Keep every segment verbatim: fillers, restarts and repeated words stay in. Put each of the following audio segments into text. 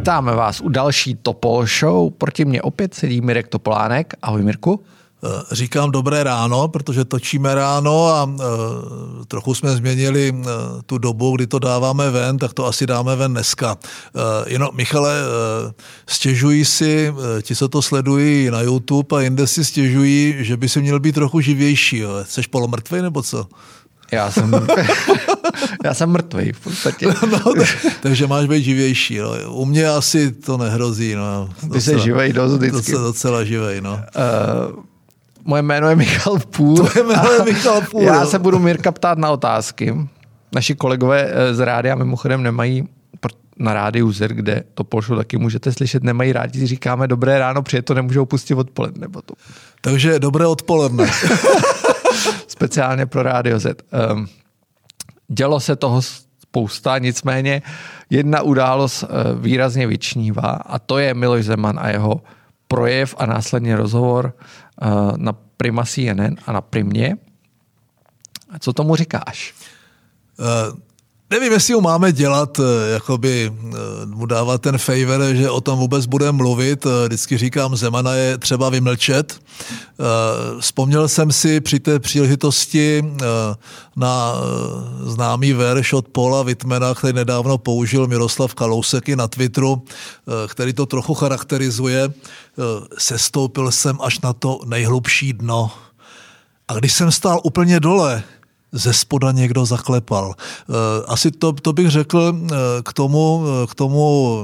Vítáme vás u další Topol Show. Proti mně opět sedí Mirek Topolánek. Ahoj Mirku. Říkám dobré ráno, protože točíme ráno a uh, trochu jsme změnili uh, tu dobu, kdy to dáváme ven, tak to asi dáme ven dneska. Uh, jenom, Michale, uh, stěžují si, uh, ti, co to sledují na YouTube a jinde si stěžují, že by si měl být trochu živější. Jo. Jseš polomrtvej nebo co? Já jsem, já jsem mrtvej v podstatě. No, takže máš být živější. No. U mě asi to nehrozí. No. Ty jsi živej dost vždycky. Docela, docela živej, no. Uh, moje jméno je Michal Půl. Tvoje jméno je Michal Půl. Já se budu Mirka ptát na otázky. Naši kolegové z rádia mimochodem nemají na rádiu Zer, kde Topol Show taky můžete slyšet, nemají rádi, si říkáme dobré ráno, protože to nemůžou pustit odpoledne. Potom. Takže dobré odpoledne. Speciálně pro rádio Z. Um, dělo se toho spousta, nicméně jedna událost uh, výrazně vyčnívá a to je Miloš Zeman a jeho projev a následně rozhovor uh, na Prima C N N a na Primě. Co tomu říkáš? Uh, nevím, jestli ho máme dělat, jakoby mu dávat ten favor, že o tom vůbec budeme mluvit. Vždycky říkám, Zemana je třeba vymlčet. Vzpomněl jsem si při té příležitosti na známý verš od Paula Whitmana, který nedávno použil Miroslav Kalousek i na Twitteru, který to trochu charakterizuje. Sestoupil jsem až na to nejhlubší dno. A když jsem stál úplně dole, ze spoda někdo zaklepal. Asi to, to bych řekl k tomu, k tomu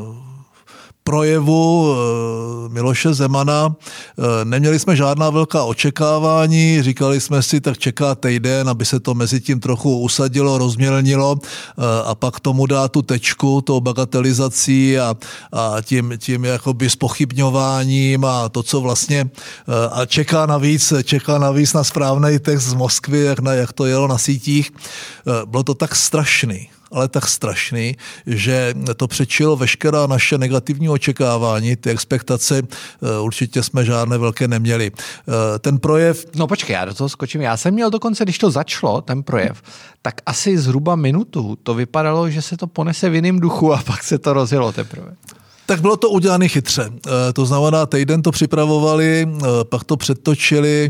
projevu Miloše Zemana. Neměli jsme žádná velká očekávání, říkali jsme si, tak čeká týden, aby se to mezi tím trochu usadilo, rozmělnilo a pak tomu dá tu tečku, tou bagatelizací a, a tím, tím jakoby zpochybňováním a to, co vlastně a čeká navíc, čeká navíc na správný text z Moskvy, jak, na, jak to jelo na sítích. Bylo to tak strašný. ale tak strašný, že to přečilo veškerá naše negativní očekávání, ty expektace určitě jsme žádné velké neměli. Ten projev... No počkej, já do toho skočím. Já jsem měl dokonce, když to začalo, ten projev, tak asi zhruba minutu to vypadalo, že se to ponese v jiném duchu a pak se to rozjelo teprve. Tak bylo to udělané chytře. To znamená, týden to připravovali, pak to předtočili.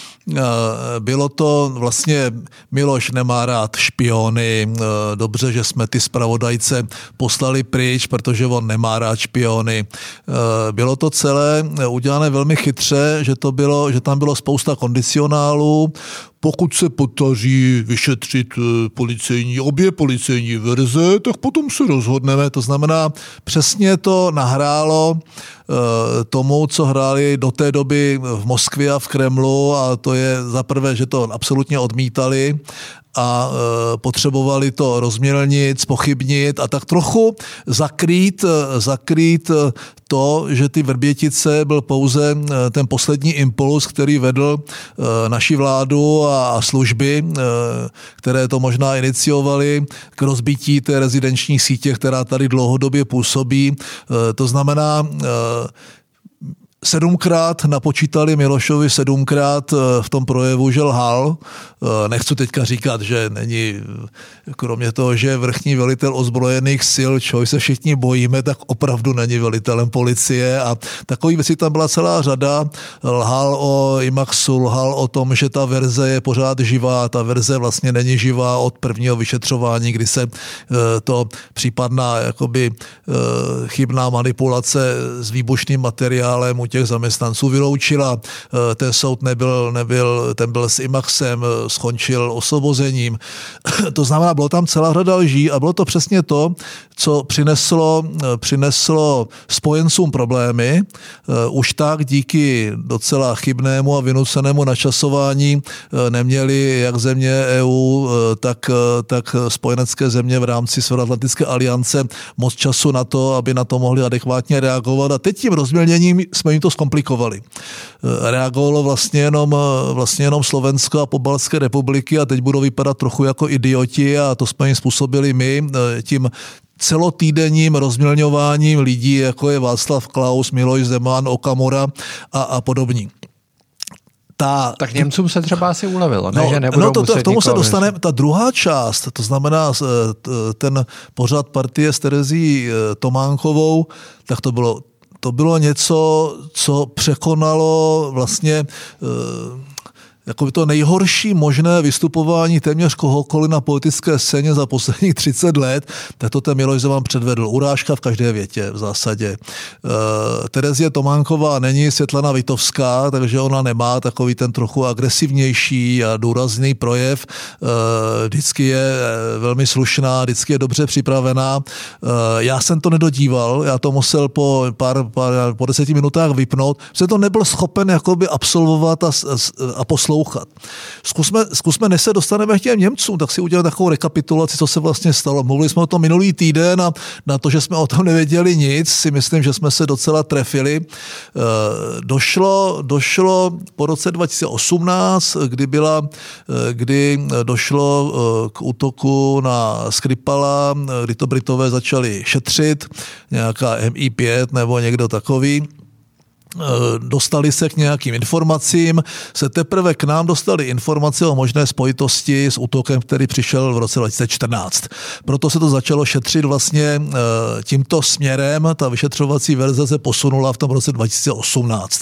Bylo to vlastně, Miloš nemá rád špiony, dobře, že jsme ty zpravodajce poslali pryč, protože on nemá rád špiony. Bylo to celé udělané velmi chytře, že, to bylo, že tam bylo spousta kondicionálů. Pokud se podaří vyšetřit policejní, obě policejní verze, tak potom se rozhodneme. To znamená, přesně to nahrálo tomu, co hráli do té doby v Moskvě a v Kremlu, a to je za prvé, že to absolutně odmítali a e, potřebovali to rozmělnit, zpochybnit a tak trochu zakrýt, zakrýt to, že ty Vrbětice byl pouze ten poslední impuls, který vedl e, naši vládu a, a služby, e, které to možná iniciovali k rozbití té rezidenční sítě, která tady dlouhodobě působí. E, to znamená, e, sedmkrát napočítali Milošovi, sedmkrát v tom projevu, že lhal. Nechci teďka říkat, že není, kromě toho, že je vrchní velitel ozbrojených sil, čeho se všichni bojíme, tak opravdu není velitelem policie a takových věcí tam byla celá řada. Lhal o IMAXu, lhal o tom, že ta verze je pořád živá, ta verze vlastně není živá od prvního vyšetřování, kdy se to případná jakoby chybná manipulace s výbušným materiálem u těch zaměstnanců vyloučila. Ten soud nebyl, nebyl, ten byl s IMAXem, skončil osvobozením. To znamená, bylo tam celá řada lží a bylo to přesně to, co přineslo, přineslo spojencům problémy. Už tak díky docela chybnému a vynucenému načasování neměli jak země E U, tak, tak spojenecké země v rámci Severoatlantické aliance moc času na to, aby na to mohli adekvátně reagovat. A teď tím rozmělněním jsme jim to zkomplikovali. Reagovalo vlastně jenom, vlastně jenom Slovensko a pobaltské republiky a teď budou vypadat trochu jako idioti a to jsme jim způsobili my tím celotýdenním rozmělňováním lidí, jako je Václav Klaus, Miloš Zeman, Okamura a, a podobní. Ta, tak Němcům se třeba asi ulevilo, ne? No, Že nebudou no to, to, muset k tomu se nikoho dostaneme. Ta druhá část, to znamená ten pořad partie s Terezí Tománkovou, tak to bylo, to bylo něco, co překonalo vlastně jako to nejhorší možné vystupování téměř kohokoliv na politické scéně za posledních třicet let, tak to ten Miloš Zeman předvedl. Urážka v každé větě v zásadě. E, Terezie Tománková není Světlana Vitovská, takže ona nemá takový ten trochu agresivnější a důrazný projev. E, vždycky je velmi slušná, vždycky je dobře připravená. E, já jsem to nedodíval, já to musel po pár, pár po deseti minutách vypnout, jsem to nebyl schopen jakoby absolvovat a, a poslouchat. Zkusme, zkusme, než se dostaneme k těm Němcům, tak si udělat takovou rekapitulaci, co se vlastně stalo. Mluvili jsme o tom minulý týden a na to, že jsme o tom nevěděli nic, si myslím, že jsme se docela trefili. Došlo, došlo po roce dva tisíce osmnáct, kdy, byla, kdy došlo k útoku na Skripala, kdy to Britové začali šetřit, nějaká M I pět nebo někdo takový. Dostali se k nějakým informacím, se teprve k nám dostali informace o možné spojitosti s útokem, který přišel v roce dva tisíce čtrnáct. Proto se to začalo šetřit vlastně tímto směrem, ta vyšetřovací verze se posunula v tom roce dva tisíce osmnáct.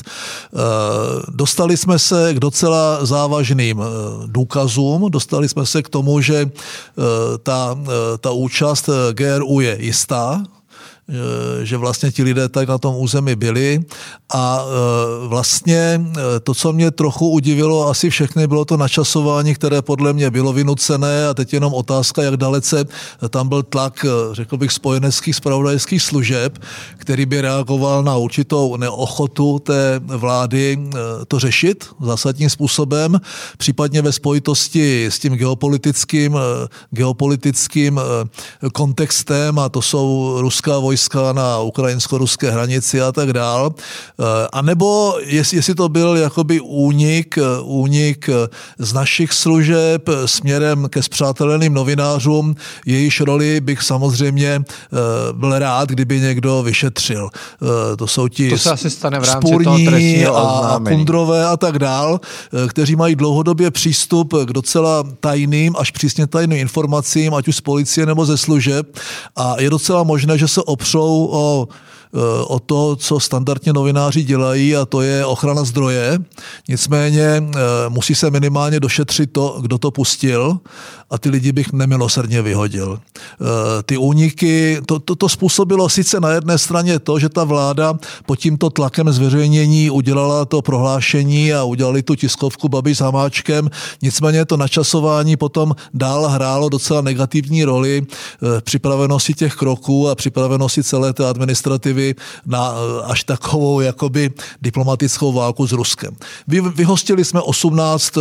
Dostali jsme se k docela závažným důkazům, dostali jsme se k tomu, že ta, ta účast G R U je jistá, že vlastně ti lidé tady na tom území byli a vlastně to, co mě trochu udivilo, asi všechny, bylo to načasování, které podle mě bylo vynucené a teď jenom otázka, jak dalece tam byl tlak, řekl bych, spojeneckých zpravodajských služeb, který by reagoval na určitou neochotu té vlády to řešit zásadním způsobem, případně ve spojitosti s tím geopolitickým, geopolitickým kontextem, a to jsou ruská vojska na ukrajinsko-ruské hranici a tak dál. A nebo jestli, jestli to byl jakoby únik, únik z našich služeb směrem ke spřáteleným novinářům, jejíž roli bych samozřejmě byl rád, kdyby někdo vyšetřil. To jsou ti to se asi stane v rámci Spurní toho a Kundrové a tak dál, kteří mají dlouhodobě přístup k docela tajným až přísně tajným informacím, ať už z policie nebo ze služeb, a je docela možné, že se opřou o, o to, co standardně novináři dělají, a to je ochrana zdroje. Nicméně musí se minimálně došetřit to, kdo to pustil, a ty lidi bych nemilosrdně vyhodil. Ty úniky, to, to, to způsobilo sice na jedné straně to, že ta vláda pod tímto tlakem zveřejnění udělala to prohlášení a udělali tu tiskovku Babiš s Hamáčkem, nicméně to načasování potom dál hrálo docela negativní roli v připravenosti těch kroků a připravenosti celé té administrativy na až takovou jakoby diplomatickou válku s Ruskem. Vy, vyhostili jsme osmnáct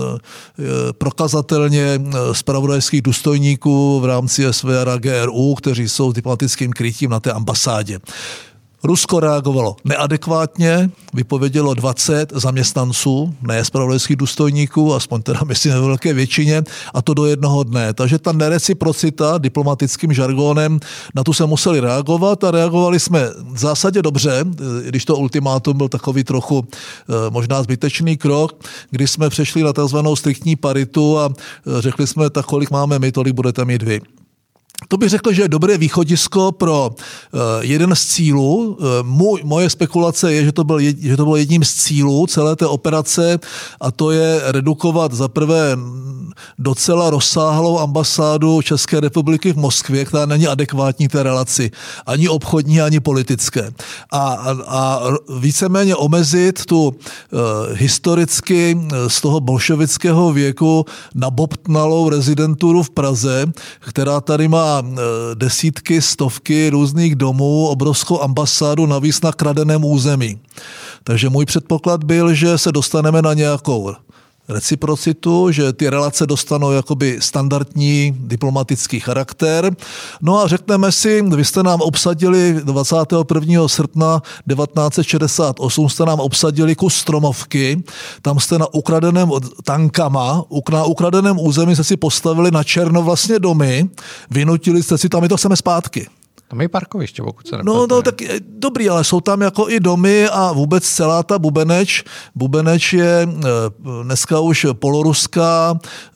prokazatelně zpravodajských důstojníků v rámci S V R a G R U, kteří jsou s diplomatickým krytím na té ambasádě. Rusko reagovalo neadekvátně, vypovědělo dvacet zaměstnanců, ne zpravodajských důstojníků, aspoň teda myslím ve velké většině, a to do jednoho dne. Takže ta nereciprocita diplomatickým žargonem, na tu se museli reagovat a reagovali jsme v zásadě dobře, když to ultimátum byl takový trochu možná zbytečný krok, kdy jsme přešli na takzvanou striktní paritu a řekli jsme, tak kolik máme my, tolik budete mít vy. To bych řekl, že je dobré východisko pro uh, jeden z cílů. Uh, můj, moje spekulace je, že to, byl, že to bylo jedním z cílů celé té operace, a to je redukovat za prvé docela rozsáhlou ambasádu České republiky v Moskvě, která není adekvátní té relaci, ani obchodní, ani politické. A, a, a víceméně omezit tu uh, historicky z toho bolševického věku nabobtnalou rezidenturu v Praze, která tady má desítky, stovky různých domů, obrovskou ambasádu, navíc na kradeném území. Takže můj předpoklad byl, že se dostaneme na nějakou reciprocitu, že ty relace dostanou jakoby standardní diplomatický charakter. No a řekneme si, vy jste nám obsadili dvacátého prvního srpna devatenáct set šedesát osm, jste nám obsadili kus Stromovky, tam jste na ukradeném tankama, na ukradeném území jste si postavili na černo vlastně domy, vynutili jste si, tam my to chceme zpátky. Tam je parkoviště, pokud se neplatí. No, no, tak dobrý, ale jsou tam jako i domy a vůbec celá ta Bubeneč. Bubeneč je dneska už poloruská,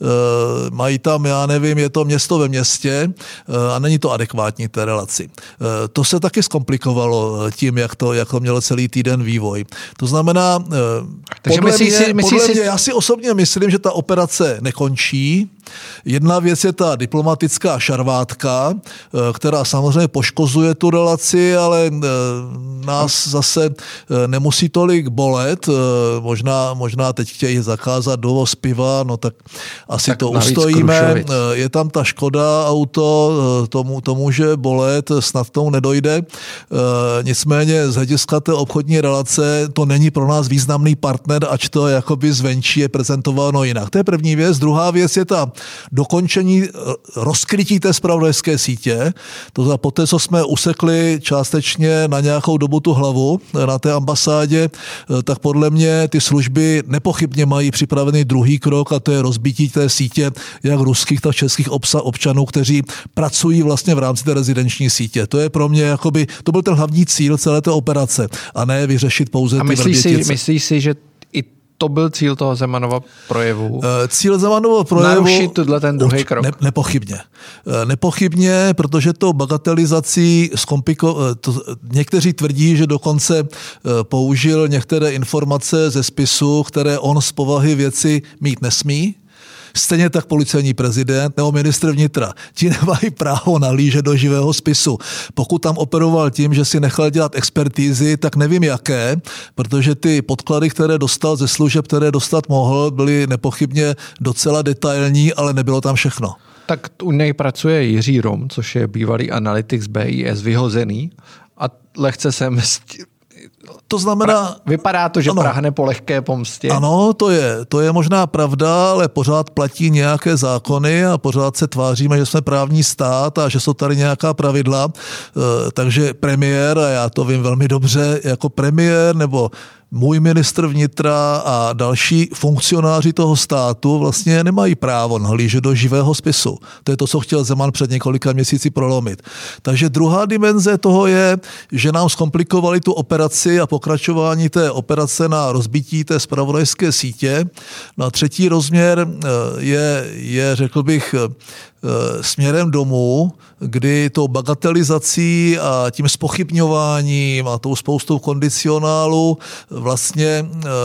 mají tam, já nevím, je to město ve městě a není to adekvátní té relaci. To se taky zkomplikovalo tím, jak to, jak to mělo celý týden vývoj. To znamená, takže podle, myslí mě, si, myslí podle si... mě, já si osobně myslím, že ta operace nekončí. Jedna věc je ta diplomatická šarvátka, která samozřejmě poškozuje tu relaci, ale nás zase nemusí tolik bolet. Možná, možná teď chtějí zakázat dovoz piva, no tak asi tak to ustojíme. Krušovic. Je tam ta Škoda auto, tomu, to může bolet, snad tomu nedojde. Nicméně z hlediska té obchodní relace to není pro nás významný partner, ač to jakoby zvenčí je prezentováno jinak. To je první věc. Druhá věc je ta dokončení rozkrytí té zpravodajské sítě. To znamená, poté, co jsme usekli částečně na nějakou dobu tu hlavu na té ambasádě, tak podle mě ty služby nepochybně mají připravený druhý krok a to je rozbití té sítě jak ruských, tak českých občanů, kteří pracují vlastně v rámci té rezidenční sítě. To je pro mě jakoby, to byl ten hlavní cíl celé té operace a ne vyřešit pouze a ty myslíš Vrbětice. si, myslíš si, že i to byl cíl toho Zemanova projevu? Cíl Zemanova projevu... Narušit tuhle ten druhý krok. Ne, nepochybně. Nepochybně, protože to bagatelizací zkompliko... To, někteří tvrdí, že dokonce použil některé informace ze spisu, které on z povahy věci mít nesmí. Stejně tak policejní prezident nebo ministr vnitra. Ti nemají právo nalížet do živého spisu. Pokud tam operoval tím, že si nechal dělat expertízy, tak nevím jaké, protože ty podklady, které dostal ze služeb, které dostat mohl, byly nepochybně docela detailní, ale nebylo tam všechno. Tak u něj pracuje Jiří Rom, což je bývalý analytik z B I S, vyhozený a lehce se mstí. To znamená... Vypadá to, že ano, prahne po lehké pomstě. Ano, to je, to je možná pravda, ale pořád platí nějaké zákony a pořád se tváříme, že jsme právní stát a že jsou tady nějaká pravidla. Takže premiér, a já to vím velmi dobře, jako premiér nebo můj ministr vnitra a další funkcionáři toho státu vlastně nemají právo nahlížet do živého spisu. To je to, co chtěl Zeman před několika měsíci prolomit. Takže druhá dimenze toho je, že nám zkomplikovali tu operaci a pokračování té operace na rozbití té zpravodajské sítě. No a třetí rozměr je, je řekl bych, směrem domů, kdy tou bagatelizací a tím zpochybňováním a tou spoustou kondicionálů vlastně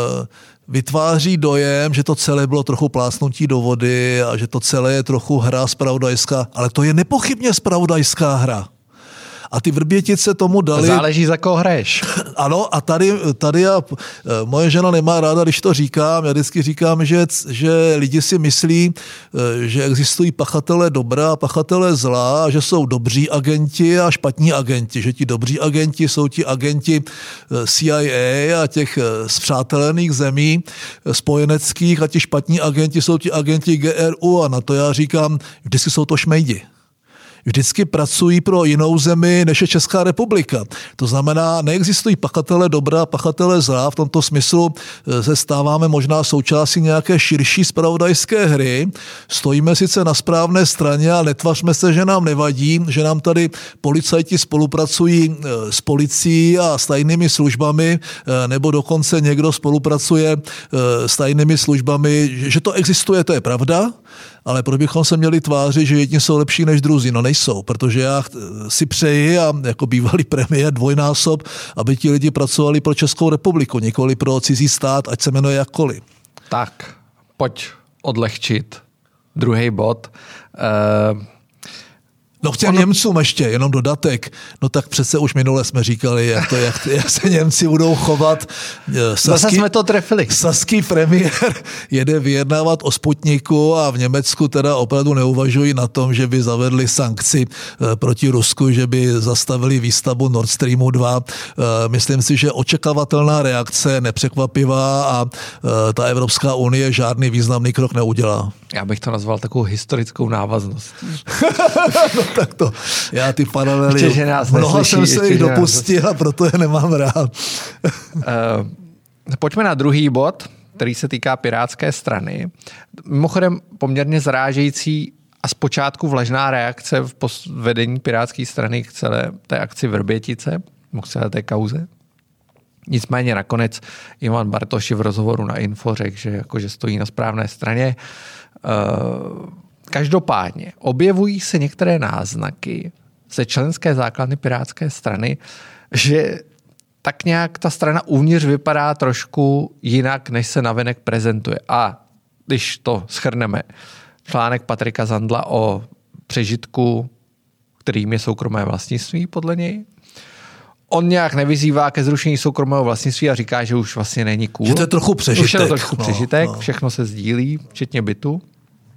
vytváří dojem, že to celé bylo trochu plásnutí do vody a že to celé je trochu hra zpravodajská, ale to je nepochybně zpravodajská hra. A ty Vrbětice tomu dali... Záleží, za koho hraješ. Ano, a tady, tady já, moje žena nemá ráda, když to říkám. Já vždycky říkám, že, že lidi si myslí, že existují pachatelé dobra a pachatelé zla, a že jsou dobří agenti a špatní agenti. Že ti dobří agenti jsou ti agenti C I A a těch spřátelených zemí spojeneckých a ti špatní agenti jsou ti agenti G R U a na to já říkám, vždycky jsou to šmejdi. Vždycky pracují pro jinou zemi, než je Česká republika. To znamená, neexistují pachatelé dobra, pachatelé zla. V tomto smyslu se stáváme možná součástí nějaké širší zpravodajské hry. Stojíme sice na správné straně a netvařme se, že nám nevadí, že nám tady policajti spolupracují s policií a s tajnými službami, nebo dokonce někdo spolupracuje s tajnými službami. Že to existuje, to je pravda. Ale proč bychom se měli tvářit, že jedni jsou lepší než druzí? No nejsou, protože já si přeji a jako bývalý premiér dvojnásob, aby ti lidi pracovali pro Českou republiku, nikoli pro cizí stát, ať se jmenuje jakkoliv. Tak, pojď odlehčit. Druhý bod. Uh... No k těm ono... Němcům ještě, jenom dodatek. No tak přece už minule jsme říkali, jak, to, jak, jak se Němci budou chovat. Saský, Zase jsme to trefili. Saský premiér jede vyjednávat o Sputniku a v Německu teda opravdu neuvažují na tom, že by zavedli sankci proti Rusku, že by zastavili výstavbu Nord Streamu dva. Myslím si, že očekávatelná reakce, nepřekvapivá a ta Evropská unie žádný významný krok neudělá. Já bych to nazval takovou historickou návaznost. No tak to, já ty paralely, ještě, mnoha jsem se jich dopustil a proto je nemám rád. uh, pojďme na druhý bod, který se týká Pirátské strany. Mimochodem poměrně zarážející, a zpočátku vlažná reakce v vedení pirátské strany k celé té akci Vrbětice, k celé té kauze. Nicméně nakonec Ivan Bartoš v rozhovoru na Info řekl, že, jako, že stojí na správné straně. Každopádně objevují se některé náznaky ze členské základny pirátské strany, že tak nějak ta strana uvnitř vypadá trošku jinak, než se navenek prezentuje. A když to shrneme, článek Patrika Zandla o přežitku, kterým je soukromé vlastnictví podle něj, on nějak nevyzývá ke zrušení soukromého vlastnictví a říká, že už vlastně není cool. Že to je trochu přežitek. Už je to trošku no, přežitek, no. Všechno se sdílí, včetně bytu. Uh,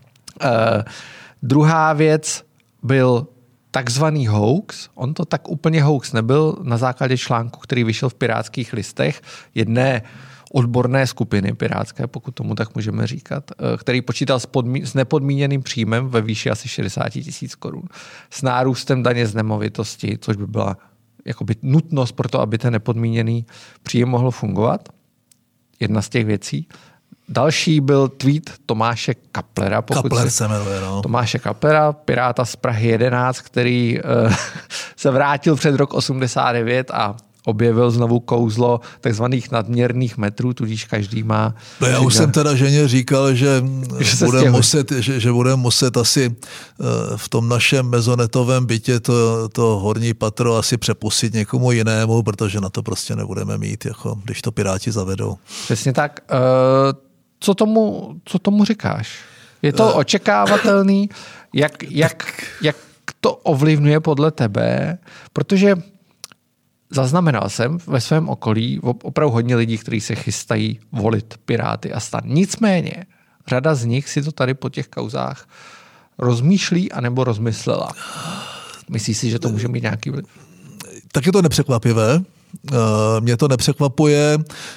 druhá věc byl takzvaný hoax. On to tak úplně hoax nebyl na základě článku, který vyšel v Pirátských listech, jedné odborné skupiny pirátské, pokud tomu tak můžeme říkat, který počítal s, podmí- s nepodmíněným příjmem ve výši asi šedesát tisíc korun. S nárůstem daně z nemovitosti, což by byla jakoby nutnost pro to, aby ten nepodmíněný příjem mohl fungovat. Jedna z těch věcí. Další byl tweet Tomáše Kaplera. Kapler se jmenuje, no. Tomáše Kaplera, piráta z Prahy jedenáct, který uh, se vrátil před rok osmdesát devět a objevil znovu kouzlo takzvaných nadměrných metrů, tudíž každý má... No já už jsem teda ženě říkal, že, že budeme muset, že, že budem muset asi v tom našem mezonetovém bytě to, to horní patro asi přepustit někomu jinému, protože na to prostě nebudeme mít, jako když to Piráti zavedou. Přesně tak. Co tomu, co tomu říkáš? Je to očekávatelný? Jak, jak, jak to ovlivňuje podle tebe? Protože zaznamenal jsem ve svém okolí opravdu hodně lidí, kteří se chystají volit Piráty a STAN. Nicméně, řada z nich si to tady po těch kauzách rozmýšlí anebo rozmyslela. Myslíš si, že to může mít nějaký vliv? Tak je to nepřekvapivé. Mě to nepřekvapuje.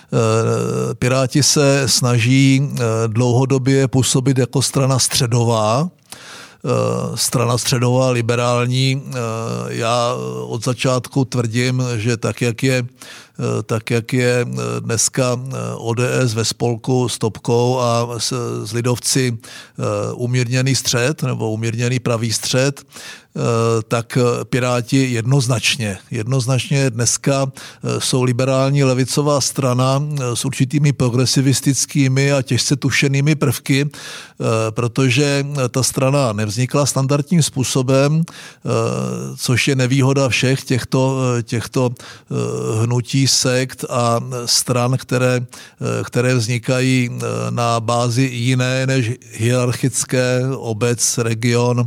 Piráti se snaží dlouhodobě působit jako strana středová, strana středová, liberální. Já od začátku tvrdím, že tak, jak je, tak, jak je dneska O D S ve spolku s Topkou a s, s lidovci umírněný střed nebo umírněný pravý střed, tak Piráti jednoznačně, jednoznačně dneska jsou liberální levicová strana s určitými progresivistickými a těžce tušenými prvky, protože ta strana nevznikla standardním způsobem, což je nevýhoda všech těchto, těchto hnutí, sekt a stran, které, které vznikají na bázi jiné než hierarchické, obec, region,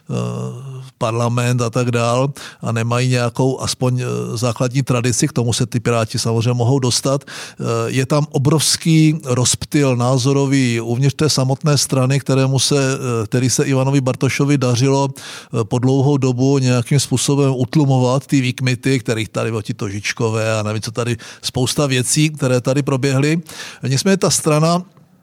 parlament a tak dál a nemají nějakou aspoň základní tradici, k tomu se ty Piráti samozřejmě mohou dostat. Je tam obrovský rozptyl názorový uvnitř té samotné strany, kterému se, který se Ivanovi Bartošovi dařilo po dlouhou dobu nějakým způsobem utlumovat ty výkmity, kterých tady bylo ti Tožičkové a nevím, co tady, spousta věcí, které tady proběhly. Nicméně ta strana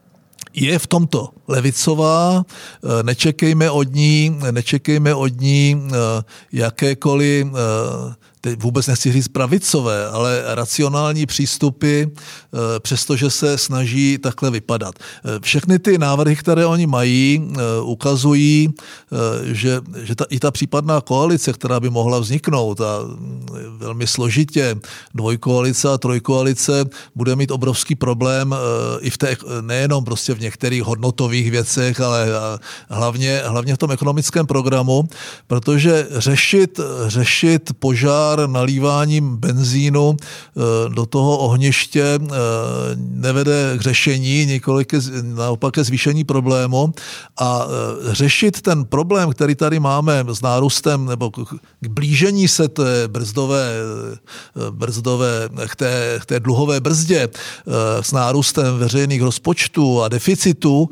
je v tomto levicová, nečekejme od ní, nečekejme od ní jakékoliv, teď vůbec nechci říct pravicové, ale racionální přístupy, přestože se snaží takhle vypadat. Všechny ty návrhy, které oni mají, ukazují, že, že ta, i ta případná koalice, která by mohla vzniknout a velmi složitě dvojkoalice a trojkoalice, bude mít obrovský problém i v té, nejenom prostě v některých hodnotových věcech, ale hlavně, hlavně v tom ekonomickém programu, protože řešit, řešit požár nalíváním benzínu do toho ohniště nevede k řešení, nikoliv ke, naopak ke zvýšení problému a řešit ten problém, který tady máme s nárůstem nebo k blížení se té brzdové, brzdové k, té, k té dluhové brzdě s nárůstem veřejných rozpočtů a deficitů,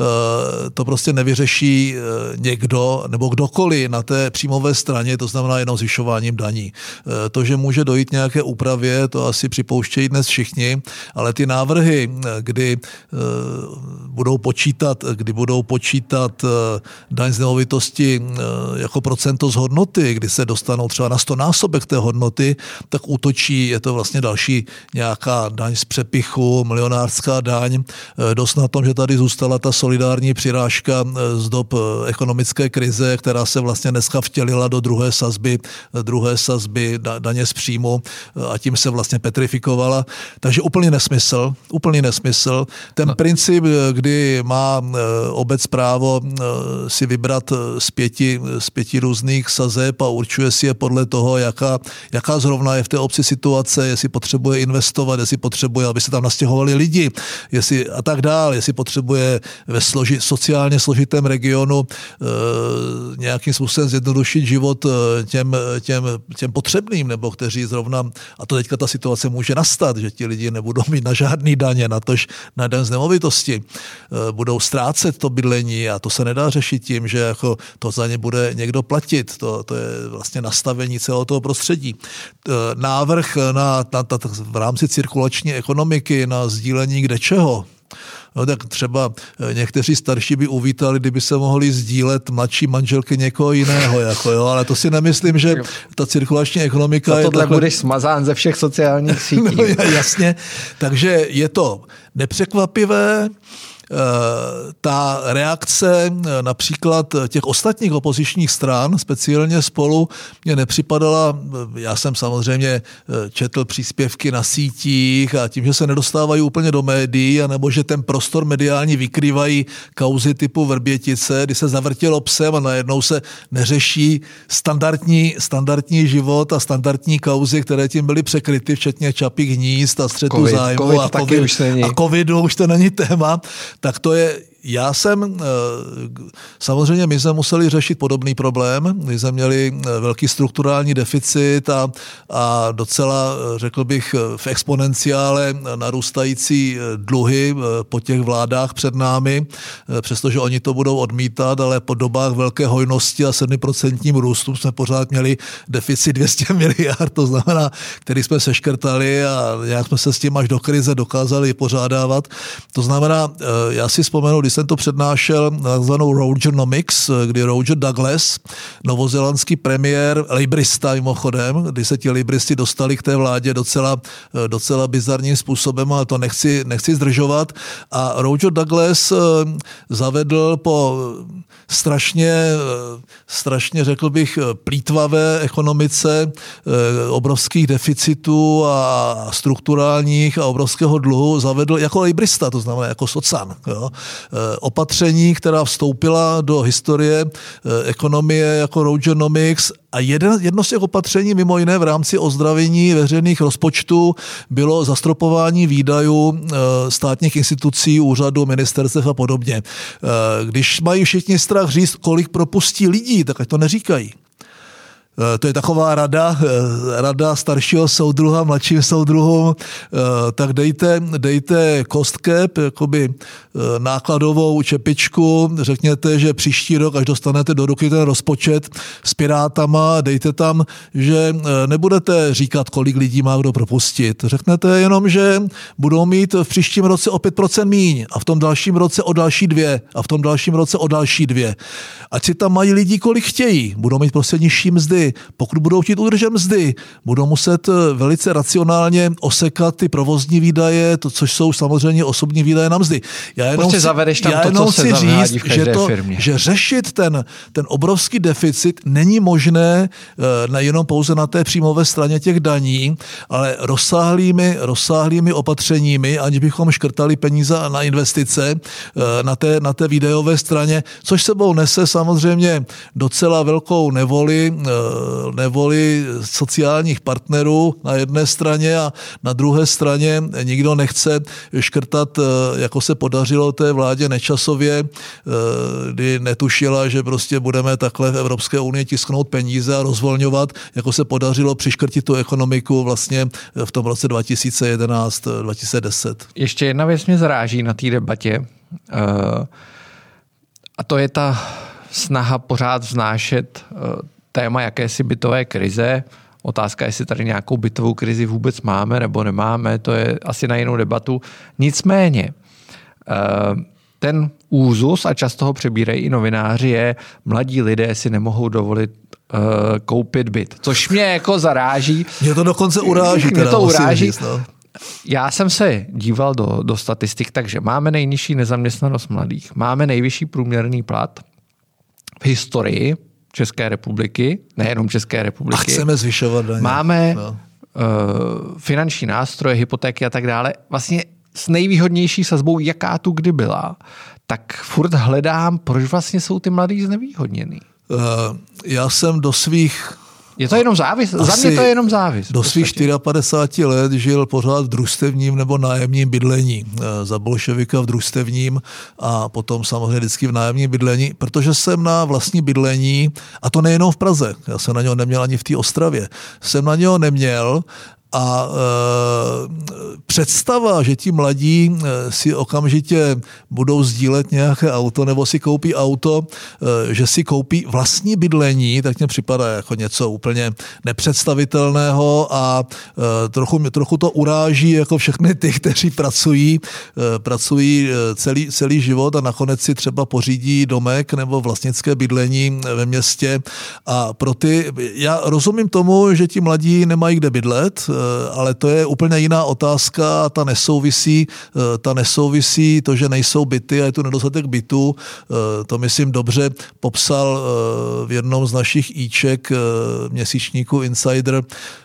to prostě nevyřeší někdo nebo kdokoliv na té příjmové straně, to znamená jenom zvyšováním daní. To, že může dojít nějaké úpravě, to asi připouštějí dnes všichni, ale ty návrhy, kdy budou počítat, kdy budou počítat daň z nemovitosti jako procento z hodnoty, kdy se dostanou třeba na stonásobek té hodnoty, tak útočí, je to vlastně další nějaká daň z přepichu, milionářská daň, dost na tom, že tady zůstala ta solidární přirážka z dob ekonomické krize, která se vlastně dneska vtělila do druhé sazby, druhé sazby daně z příjmu a tím se vlastně petrifikovala. Takže úplný nesmysl, úplný nesmysl. Ten no. princip, kdy má obec právo si vybrat z pěti, z pěti různých sazeb a určuje si je podle toho, jaká, jaká zrovna je v té obci situace, jestli potřebuje investovat, jestli potřebuje, aby se tam nastěhovali lidi, jestli a tak dál, jestli potřebuje ve složi, sociálně složitém regionu e, nějakým způsobem zjednodušit život těm, těm, těm potřebným, nebo kteří zrovna, a to teďka ta situace může nastat, že ti lidi nebudou mít na žádný daně, natož na daň z nemovitosti, e, budou ztrácet to bydlení a to se nedá řešit tím, že jako to za ně bude někdo platit. To, to je vlastně nastavení celého toho prostředí. E, návrh na, na, na, v rámci cirkulační ekonomiky na sdílení kdečeho, no tak třeba někteří starší by uvítali, kdyby se mohli sdílet mladší manželky někoho jiného, jako jo, ale to si nemyslím, že ta cirkulační ekonomika to je tohle takhle... budeš smazán ze všech sociálních sítí. No, jasně, takže je to nepřekvapivé. Ta reakce například těch ostatních opozičních stran, speciálně Spolu, mě nepřipadala, já jsem samozřejmě četl příspěvky na sítích a tím, že se nedostávají úplně do médií, anebo že ten prostor mediální vykrývají kauzy typu Vrbětice, kdy se zavrtělo psem a najednou se neřeší standardní, standardní život a standardní kauzy, které tím byly překryty, včetně Čapích hnízd a střetu COVID, zájmu COVID a, COVID, už a covidu už to není téma, tak to je, já jsem, samozřejmě my jsme museli řešit podobný problém, my jsme měli velký strukturální deficit a, a docela, řekl bych, v exponenciále narůstající dluhy po těch vládách před námi, přestože oni to budou odmítat, ale po dobách velké hojnosti a sedmiprocentním růstu jsme pořád měli deficit dvě stě miliard, to znamená, který jsme seškrtali a nějak jsme se s tím až do krize dokázali pořádávat. To znamená, já si vzpomenu, když jsem to přednášel na takzvanou Rogernomics, kdy Roger Douglas, novozélandský premiér, lejbrista mimochodem, kdy se ti lejbristi dostali k té vládě docela, docela bizarním způsobem, ale to nechci, nechci zdržovat. A Roger Douglas zavedl po strašně, strašně řekl bych, plýtvavé ekonomice, obrovských deficitů a strukturálních a obrovského dluhu, zavedl jako lejbrista, to znamená jako socan. Jo. Opatření, která vstoupila do historie ekonomie jako Rogernomics, a jeden, jedno z těch opatření, mimo jiné v rámci ozdravění veřejných rozpočtů, bylo zastropování výdajů státních institucí, úřadů, ministerstev a podobně. Když mají všichni strach říct, kolik propustí lidí, tak ať to neříkají. To je taková rada, rada staršího soudruha, mladším soudruhům, tak dejte, dejte cost cap, jakoby nákladovou čepičku, řekněte, že příští rok, až dostanete do ruky ten rozpočet s pirátama, dejte tam, že nebudete říkat, kolik lidí má kdo propustit. Řeknete jenom, že budou mít v příštím roce o pět procent míň a v tom dalším roce o další dvě a v tom dalším roce o další dvě. Ať si tam mají lidi, kolik chtějí. Budou mít prostě nižší mzdy. Pokud budou chtít udržet mzdy, budou muset velice racionálně osekat ty provozní výdaje, to, což jsou samozřejmě osobní výdaje na mzdy. Já jenom prostě si, zavedeš tam já to, jenom co se si zavádí říct, v každé že, to, firmě. že řešit ten, ten obrovský deficit není možné nejenom pouze na té příjmové straně těch daní, ale rozsáhlými, rozsáhlými opatřeními, aniž bychom škrtali peníze na investice na té, na té výdajové straně, což sebou nese samozřejmě docela velkou nevoli nevoli sociálních partnerů na jedné straně a na druhé straně nikdo nechce škrtat, jako se podařilo té vládě Nečasově, kdy netušila, že prostě budeme takhle v Evropské unii tisknout peníze a rozvolňovat, jako se podařilo přiškrtit tu ekonomiku vlastně v tom roce dva tisíce jedenáct dva tisíce deset. Ještě jedna věc mě zaráží na té debatě a to je ta snaha pořád vznášet téma jakési bytové krize, Otázka, jestli tady nějakou bytovou krizi vůbec máme nebo nemáme, to je asi na jinou debatu. Nicméně, ten úzus, a často ho přebírají i novináři, je, mladí lidé si nemohou dovolit uh, koupit byt. Což mě jako zaráží. Mě to dokonce uráží. Mě to uráží. Říct, no. Já jsem se díval do, do statistik, takže máme nejnižší nezaměstnanost mladých, máme nejvyšší průměrný plat v historii České republiky, nejenom České republiky. A chceme zvyšovat daně. Máme no. uh, finanční nástroje, hypotéky a tak dále. Vlastně s nejvýhodnější sazbou, jaká tu kdy byla, tak furt hledám, proč vlastně jsou ty mladí znevýhodněný. Uh, já jsem do svých... Je to jenom závis? Za mě to je jenom závis. Do svých padesát čtyři let žil pořád v družstevním nebo nájemním bydlení. Za bolševika v družstevním a potom samozřejmě vždycky v nájemním bydlení, protože jsem na vlastní bydlení, a to nejenom v Praze, já jsem na něho neměl ani v té Ostravě, jsem na něho neměl. A e, představa, že ti mladí e, si okamžitě budou sdílet nějaké auto nebo si koupí auto, e, že si koupí vlastní bydlení, tak mně připadá jako něco úplně nepředstavitelného a e, trochu, trochu to uráží jako všechny ty, kteří pracují, e, pracují celý, celý život a nakonec si třeba pořídí domek nebo vlastnické bydlení ve městě. A pro ty, já rozumím tomu, že ti mladí nemají kde bydlet, ale to je úplně jiná otázka, ta nesouvisí, ta nesouvisí to, že nejsou byty a je tu nedostatek bytů. To myslím dobře popsal v jednom z našich íček měsíčníku Insider.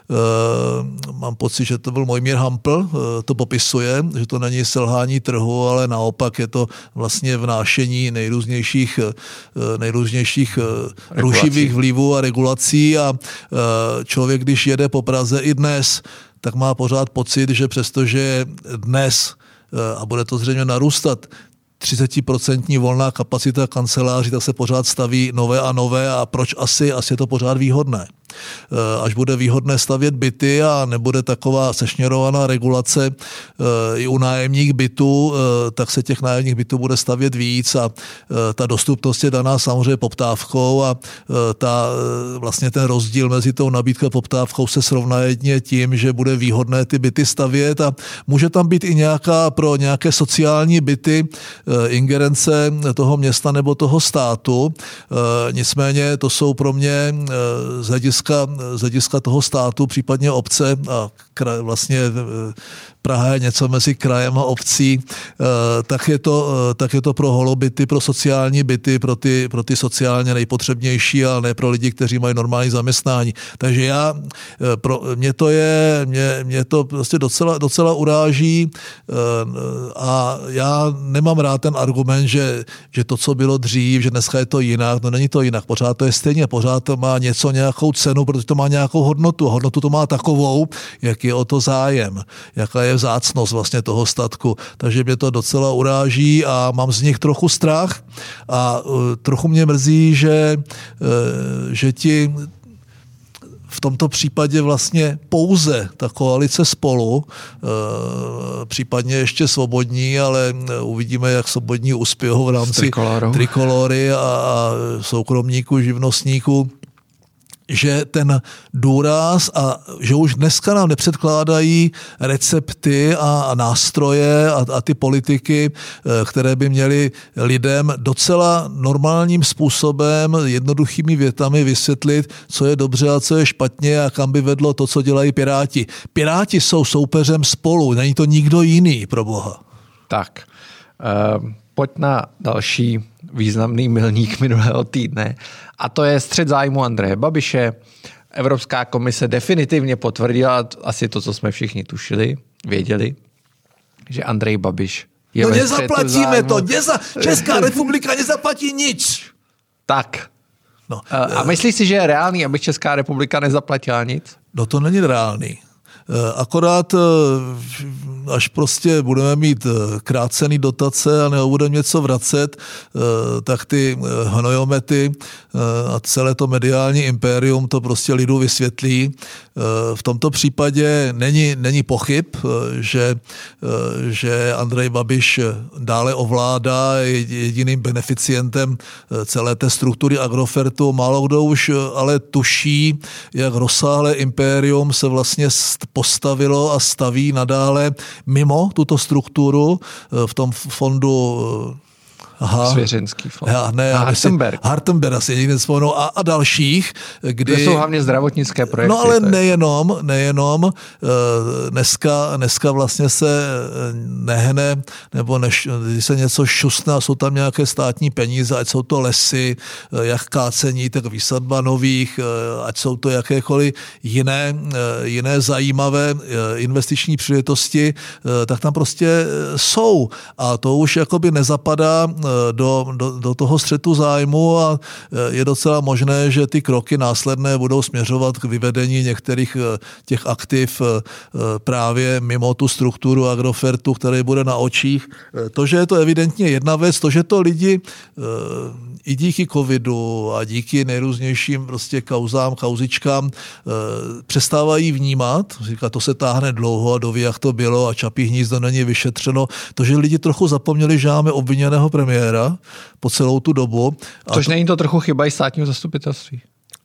Mám pocit, že to byl Mojmír Hampl, to popisuje, že to není selhání trhu, ale naopak je to vlastně vnášení nejrůznějších, nejrůznějších rušivých vlivů a regulací a člověk, když jede po Praze i dnes, tak má pořád pocit, že přestože dnes, a bude to zřejmě narůstat, třicetiprocentní volná kapacita kanceláří, tak se pořád staví nové a nové a proč asi? Asi je to pořád výhodné. Až bude výhodné stavět byty a nebude taková sešněrovaná regulace i u nájemních bytů, tak se těch nájemních bytů bude stavět víc a ta dostupnost je daná samozřejmě poptávkou a ta, vlastně ten rozdíl mezi tou nabídkou a poptávkou se srovná jedně tím, že bude výhodné ty byty stavět a může tam být i nějaká pro nějaké sociální byty ingerence toho města nebo toho státu. Nicméně to jsou pro mě z hlediska z hlediska toho státu, případně obce a kraj, vlastně Praha je něco mezi krajem a obcí, tak je to, tak je to pro holobyty, pro sociální byty, pro ty, pro ty sociálně nejpotřebnější, ale ne pro lidi, kteří mají normální zaměstnání. Takže já, pro, mě to je, mě, mě to prostě docela, docela uráží a já nemám rád ten argument, že, že to, co bylo dřív, že dneska je to jinak, no není to jinak, pořád to je stejně, pořád to má něco, nějakou cenu, protože to má nějakou hodnotu. Hodnotu to má takovou, jak je o to zájem, jaká je vzácnost vlastně toho statku. Takže mě to docela uráží a mám z nich trochu strach a uh, trochu mě mrzí, že, uh, že ti v tomto případě vlastně pouze ta koalice Spolu, případně ještě Svobodní, ale uvidíme, jak Svobodní uspějou v rámci Trikolory a, a soukromníků, živnostníků, že ten důraz a že už dneska nám nepředkládají recepty a, a nástroje a, a ty politiky, které by měly lidem docela normálním způsobem, jednoduchými větami vysvětlit, co je dobře a co je špatně a kam by vedlo to, co dělají Piráti. Piráti jsou soupeřem Spolu, není to nikdo jiný, pro boha. Tak, uh, pojď na další významný milník minulého týdne a to je střet zájmu Andreje Babiše. Evropská komise definitivně potvrdila asi to, co jsme všichni tušili, věděli, že Andrej Babiš je no ve nezaplatíme to, neza, Česká republika nezaplatí nic. Tak. No. A myslíš si, že je reálný, aby Česká republika nezaplatila nic? No to není reálný. Akorát až prostě budeme mít krácený dotace a nebudeme něco vracet, tak ty hnojomety a celé to mediální impérium to prostě lidu vysvětlí. V tomto případě není, není pochyb, že, že Andrej Babiš dále ovládá, je jediným beneficientem celé té struktury Agrofertu. Málo kdo už ale tuší, jak rozsáhlé impérium se vlastně postavilo a staví nadále mimo tuto strukturu v tom fondu. Aha. Svěřenský fond. Já, ne, a Hartenberg. Hartenberg asi někde vzpomenu a, a dalších. Kdy... To jsou hlavně zdravotnické projekty. No ale nejenom, nejenom. Dneska, dneska vlastně se nehne, nebo než, když se něco šustne, jsou tam nějaké státní peníze, ať jsou to lesy, jak kácení, tak výsadba nových, ať jsou to jakékoliv jiné, jiné zajímavé investiční příležitosti, tak tam prostě jsou. A to už jakoby nezapadá Do, do, do toho střetu zájmu a je docela možné, že ty kroky následné budou směřovat k vyvedení některých těch aktiv právě mimo tu strukturu Agrofertu, který bude na očích. To, že je to evidentně jedna věc, to, že to lidi i díky covidu a díky nejrůznějším prostě kauzám, kauzičkám přestávají vnímat, říká, to se táhne dlouho a doví, jak to bylo a Čapí hnízdo není vyšetřeno. To, že lidi trochu zapomněli, že máme obviněného premiéra po celou tu dobu. Což to... není to trochu chyba i státního zastupitelství?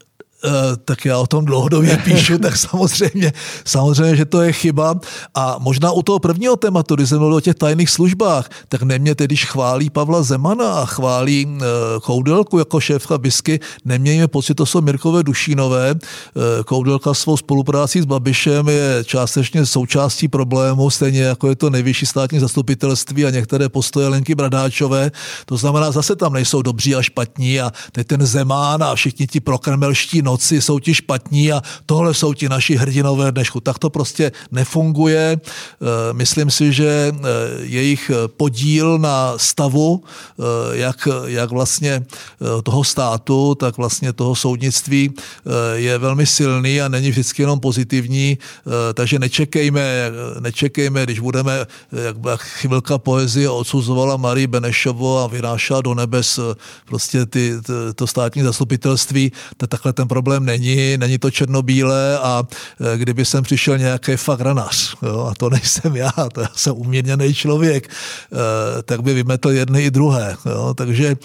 Tak já o tom dlouhodobě píšu, tak samozřejmě, samozřejmě, že to je chyba. A možná u toho prvního tématu, když jsem mluvil o těch tajných službách, tak nemějte, když chválí Pavla Zemana a chválí Koudelku jako šéfka BISky, nemějme pocit, to jsou Mirkové Dušínové. Koudelka svou spoluprácí s Babišem je částečně součástí problému, stejně jako je to nejvyšší státní zastupitelství a některé postoje Lenky Bradáčové. To znamená, zase tam nejsou dobří a špatní a teď ten Zeman a všichni ti prokrmelští noci jsou ti špatní a tohle jsou ti naši hrdinové dnešku. Tak to prostě nefunguje. Myslím si, že jejich podíl na stavu, jak, jak vlastně toho státu, tak vlastně toho soudnictví je velmi silný a není vždycky jenom pozitivní, takže nečekejme, nečekejme, když budeme, jak chvilka poezie odsuzovala Marii Benešovou a vynášela do nebes prostě ty, to státní zastupitelství, tak takhle ten problém není, není to černobílé a kdyby sem přišel nějaký fagranař, jo, a to nejsem já, to já jsem umírněný člověk, tak by vymetl jedny i druhé. Jo, takže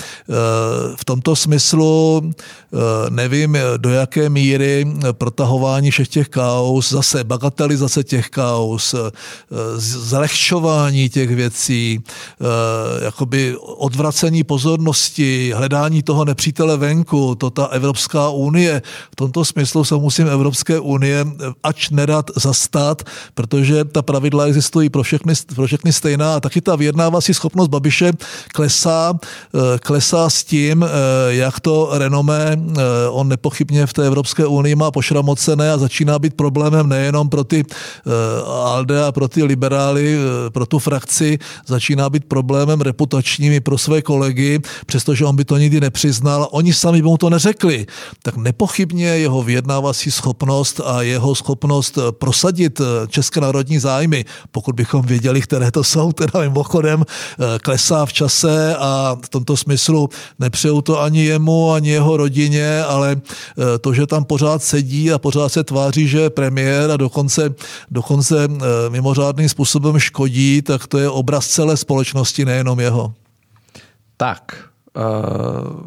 v tomto smyslu nevím, do jaké míry protahování všech těch kauz, zase bagatelizace těch kauz, zlehčování těch věcí, jakoby odvracení pozornosti, hledání toho nepřítele venku, to ta Evropská unie. V tomto smyslu se musím Evropské unie ač nerad zastat, protože ta pravidla existují pro všechny, pro všechny stejná a taky ta vyjednávací schopnost Babiše klesá, klesá s tím, jak to renomé on nepochybně v té Evropské unii má pošramocené a začíná být problémem nejenom pro ty ALDE a pro ty liberály, pro tu frakci, začíná být problémem reputačním i pro své kolegy, přestože on by to nikdy nepřiznal. Oni sami mu to neřekli. Tak nepochybně jeho vyjednávací schopnost a jeho schopnost prosadit české národní zájmy, pokud bychom věděli, které to jsou, teda mimochodem klesá v čase a v tomto smyslu nepřeju to ani jemu, ani jeho rodině, ale to, že tam pořád sedí a pořád se tváří, že je premiér a dokonce, dokonce mimořádným způsobem škodí, tak to je obraz celé společnosti, nejenom jeho. Tak, uh...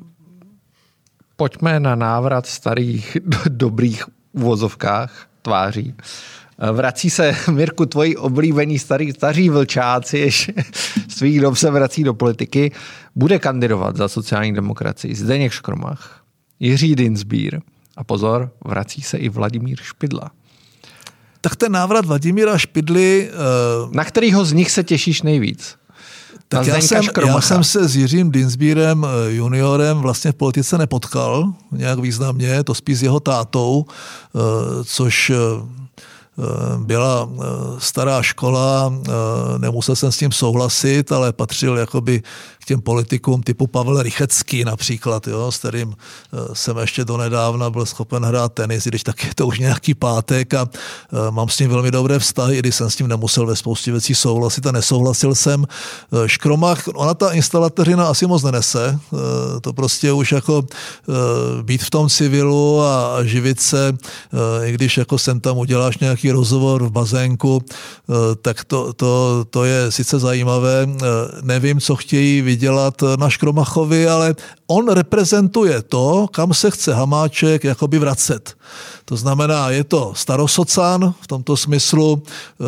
pojďme na návrat starých dobrých uvozovkách tváří. Vrací se, Mirku, tvoji oblíbení starý, staří vlčáci, ještě svých dob se vrací do politiky. Bude kandidovat za sociální demokracii Zdeněk Škromach, Jiří Dienstbier a pozor, vrací se i Vladimír Špidla. Tak ten návrat Vladimíra Špidly... Uh... Na kterýho z nich se těšíš nejvíc? Tak já jsem, já jsem se s Jiřím Dienstbierem juniorem vlastně v politice nepotkal nějak významně, to spíš s jeho tátou, což byla stará škola, nemusel jsem s tím souhlasit, ale patřil jakoby k těm politikům typu Pavel Rychecký například, jo, s kterým jsem ještě donedávna byl schopen hrát tenis, když tak je to už nějaký pátek a mám s ním velmi dobré vztahy, i když jsem s tím nemusel ve spoustě věcí souhlasit a nesouhlasil jsem. Škromach, ona ta instalateřina asi moc nenese, to prostě už jako být v tom civilu a živit se, i když jako sem tam uděláš nějaký rozhovor v bazénku, tak to, to, to je sice zajímavé. Nevím, co chtějí vydělat na Škromachovi, ale on reprezentuje to, kam se chce Hamáček jakoby vracet. To znamená, je to starosocán, v tomto smyslu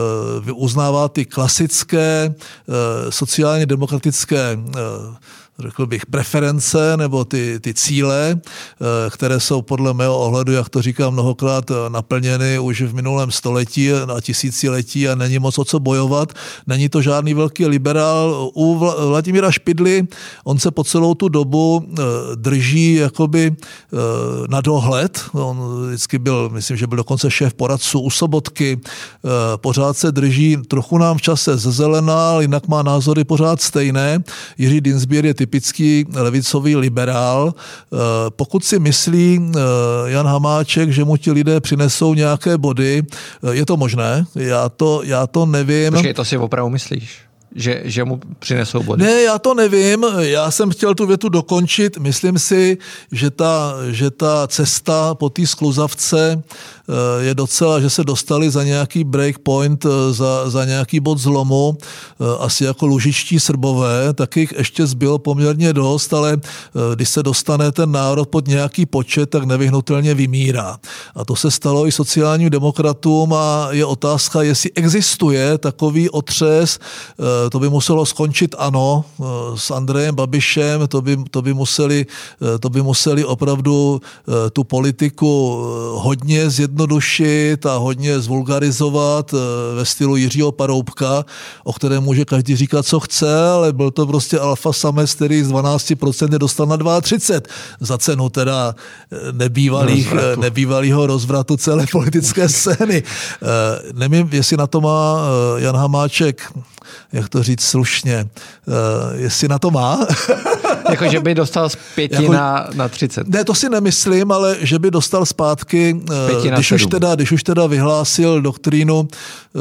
uznává ty klasické sociálně demokratické řekl bych, preference nebo ty, ty cíle, které jsou podle mého ohledu, jak to říkám mnohokrát, naplněny už v minulém století a tisíciletí a není moc o co bojovat. Není to žádný velký liberál. U Vladimíra Špidly, on se po celou tu dobu drží jakoby na dohled. On vždycky byl, myslím, že byl dokonce šéf poradců u Sobotky. Pořád se drží, trochu nám v čase zezelená, ale jinak má názory pořád stejné. Jiří Dienstbier je typický levicový liberál. Pokud si myslí Jan Hamáček, že mu ti lidé přinesou nějaké body, je to možné? Já to, já to nevím. Počkej, to si opravdu myslíš? Že, že mu přinesou body? Ne, já to nevím. Já jsem chtěl tu větu dokončit. Myslím si, že ta, že ta cesta po té skluzavce je docela, že se dostali za nějaký breakpoint, za, za nějaký bod zlomu, asi jako lužičtí Srbové, tak jich ještě zbylo poměrně dost, ale když se dostane ten národ pod nějaký počet, tak nevyhnutelně vymírá. A to se stalo i sociálním demokratům a je otázka, jestli existuje takový otřes. To by muselo skončit ano, s Andrejem Babišem, to by, to by, museli, to by museli opravdu tu politiku hodně zjednodušit a hodně zvulgarizovat ve stylu Jiřího Paroubka, o kterém může každý říkat, co chce, ale byl to prostě alfa samec, který z dvanáct procent dostal na třicet dva za cenu teda nebývalých, nebývalýho rozvratu celé politické scény. Nevím, jestli na to má Jan Hamáček, jak to říct slušně, jestli na to má. Jako, že by dostal z pěti jako, na, na třicet. Ne, to si nemyslím, ale že by dostal zpátky, když už, teda, když už teda vyhlásil doktrínu, uh,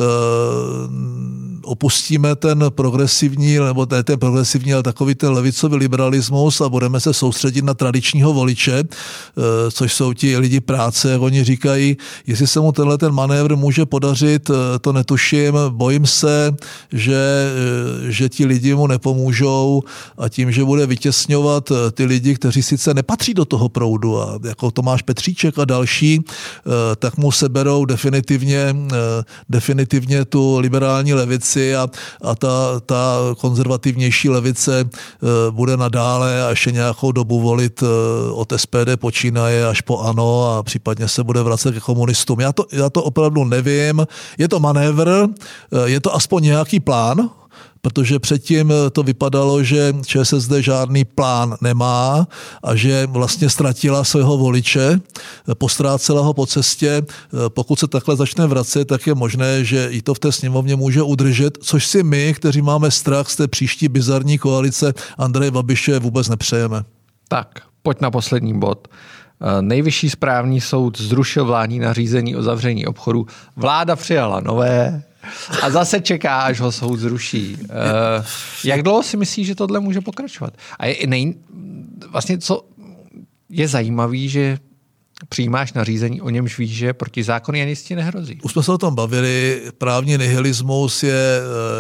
opustíme ten progresivní, nebo ne ten progresivní, ale takový ten levicový liberalismus a budeme se soustředit na tradičního voliče, uh, což jsou ti lidi práce, jak oni říkají. Jestli se mu tenhle ten manévr může podařit, uh, to netuším. Bojím se, že, uh, že ti lidi mu nepomůžou a tím, že bude vytěsňovat ty lidi, kteří sice nepatří do toho proudu, a jako Tomáš Petříček a další, tak mu seberou definitivně, definitivně tu liberální levici a, a ta, ta konzervativnější levice bude nadále a ještě nějakou dobu volit od S P D počínaje až po ANO a případně se bude vracet ke komunistům. Já to, já to opravdu nevím. Je to manévr, je to aspoň nějaký plán, protože předtím to vypadalo, že ČSSD žádný plán nemá a že vlastně ztratila svého voliče, postrácela ho po cestě. Pokud se takhle začne vracet, tak je možné, že i to v té sněmovně může udržet, což si my, kteří máme strach z té příští bizarní koalice Andreje Babiše, vůbec nepřejeme. Tak, pojď na poslední bod. Nejvyšší správní soud zrušil vládní nařízení o zavření obchodu. Vláda přijala nové a zase čeká, až ho soud zruší. Uh, jak dlouho si myslíš, že tohle může pokračovat? A je, nej, vlastně co je zajímavý, že přijímáš nařízení, o němž víš, že protizákonný ani ti nehrozí. Už jsme se o tom bavili. Právní nihilismus je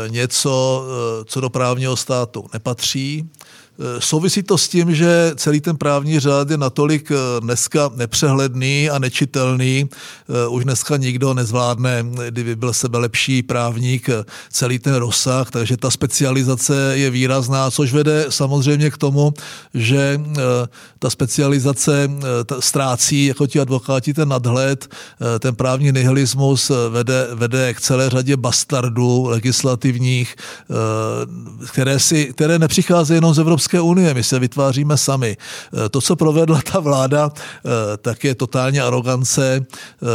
něco, co do právního státu nepatří. Souvisí to s tím, že celý ten právní řád je natolik dneska nepřehledný a nečitelný. Už dneska nikdo nezvládne, kdyby byl sebelepší právník, celý ten rozsah, takže ta specializace je výrazná, což vede samozřejmě k tomu, že ta specializace ztrácí jako ti advokáti ten nadhled, ten právní nihilismus vede, vede k celé řadě bastardů legislativních, které, si, které nepřicházejí jenom z Evropské Evropské unie, my se vytváříme sami. To, co provedla ta vláda, tak je totální arogance.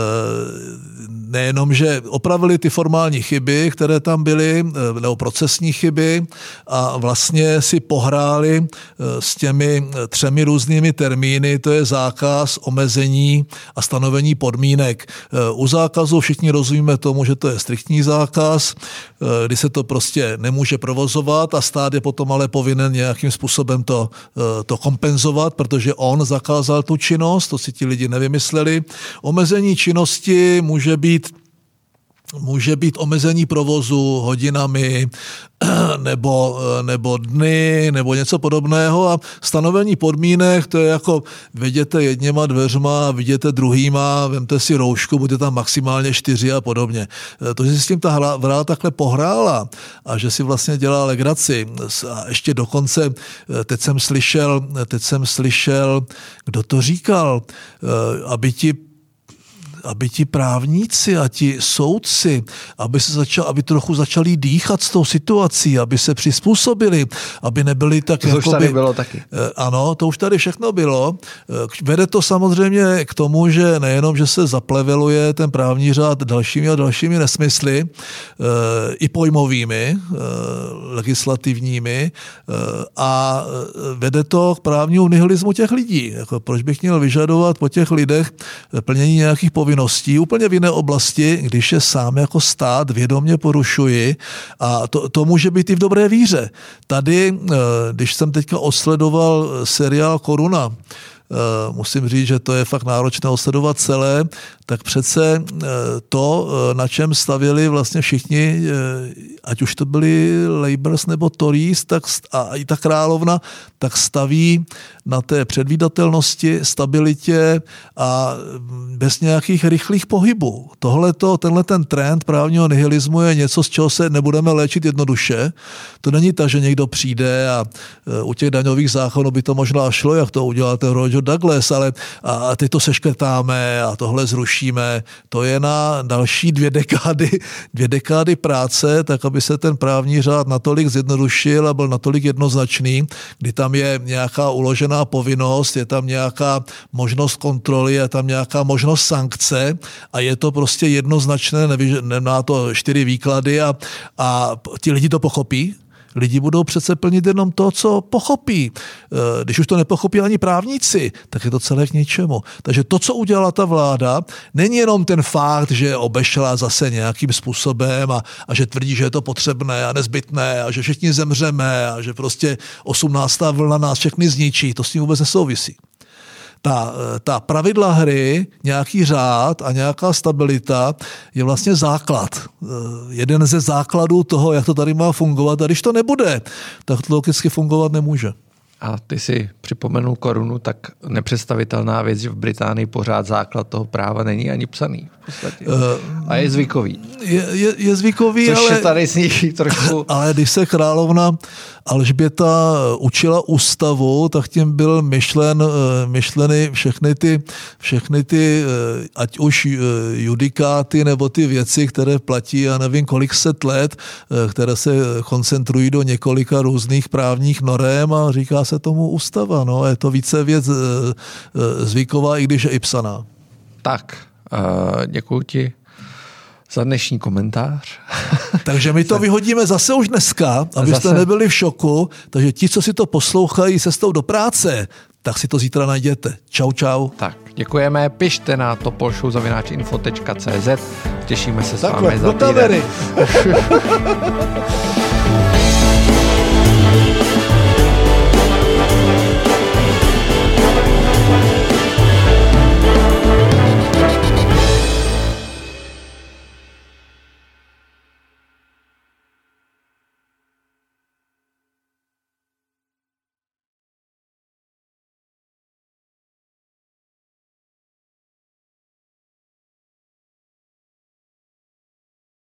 Nejenom, že opravili ty formální chyby, které tam byly, nebo procesní chyby a vlastně si pohráli s těmi třemi různými termíny, to je zákaz, omezení a stanovení podmínek. U zákazu všichni rozumíme tomu, že to je striktní zákaz, kdy se to prostě nemůže provozovat a stát je potom ale povinen nějakým způsobem to, to kompenzovat, protože on zakázal tu činnost, to si ti lidi nevymysleli. Omezení činnosti může být Může být omezení provozu hodinami nebo, nebo dny nebo něco podobného a stanovení podmínek, to je jako vyjděte jedněma dveřma, vyjděte druhýma, vemte si roušku, buďte tam maximálně čtyři a podobně. To, že si s tím ta hra, hra takhle pohrála a že si vlastně dělá legraci a ještě dokonce, teď jsem slyšel, teď jsem slyšel, kdo to říkal, aby ti aby ti právníci a ti soudci, aby se začal, aby trochu začali dýchat s tou situací, aby se přizpůsobili, aby nebyli tak... To jakoby, už tady bylo taky. Ano, to už tady všechno bylo. Vede to samozřejmě k tomu, že nejenom, že se zapleveluje ten právní řád dalšími a dalšími nesmysly, i pojmovými, legislativními, a vede to k právnímu nihilismu těch lidí. Jako, proč bych měl vyžadovat po těch lidech plnění nějakých povinností úplně v jiné oblasti, když je sám jako stát vědomě porušuji, a to, to může být i v dobré víře. Tady, když jsem teďka odsledoval seriál Koruna, musím říct, že to je fakt náročné odsledovat celé, tak přece to, na čem stavěli vlastně všichni, ať už to byli Labours nebo Tories, tak a i ta královna, tak staví na té předvídatelnosti, stabilitě a bez nějakých rychlých pohybů. Tohleto, tenhle ten trend právního nihilismu je něco, z čeho se nebudeme léčit jednoduše. To není tak, že někdo přijde a u těch daňových zákonů by to možná šlo, jak to udělal ten Roger Douglas, ale a teď to seškrtáme a tohle zrušíme. To je na další dvě dekády, dvě dekády práce, tak aby se ten právní řád natolik zjednodušil a byl natolik jednoznačný, kdy tam je nějaká uložená povinnost, je tam nějaká možnost kontroly, je tam nějaká možnost sankce a je to prostě jednoznačné, nemá to čtyři výklady a, a ti lidi to pochopí. Lidi budou přece plnit jenom to, co pochopí. Když už to nepochopí ani právníci, tak je to celé k ničemu. Takže to, co udělala ta vláda, není jenom ten fakt, že obešla zase nějakým způsobem a, a že tvrdí, že je to potřebné a nezbytné a že všichni zemřeme a že prostě osmnáctá vlna nás všechny zničí. To s tím vůbec nesouvisí. Ta, ta pravidla hry, nějaký řád a nějaká stabilita je vlastně základ. Jeden ze základů toho, jak to tady má fungovat. A když to nebude, tak to logicky fungovat nemůže. A ty si připomenul Korunu, tak nepředstavitelná věc, že v Británii pořád základ toho práva není ani psaný. V podstatě. Uh, a je zvykový. Je, je, je zvykový, což ale... je tady sníží trošku... Ale když se královna Alžběta učila ústavu, tak tím byl myšlen, myšleny všechny ty, všechny ty, ať už judikáty nebo ty věci, které platí, já nevím kolik set let, které se koncentrují do několika různých právních norem a říká se tomu ústava. No. Je to více věc zvyková, i když je i psaná. Tak, uh, děkuji ti za dnešní komentář. Takže my to vyhodíme zase už dneska, abyste zase nebyli v šoku. Takže ti, co si to poslouchají cestou do práce, tak si to zítra najděte. Čau, čau. Tak, děkujeme. Pište na topolshow zavináč info tečka cé zet. Těšíme se s vámi za týden.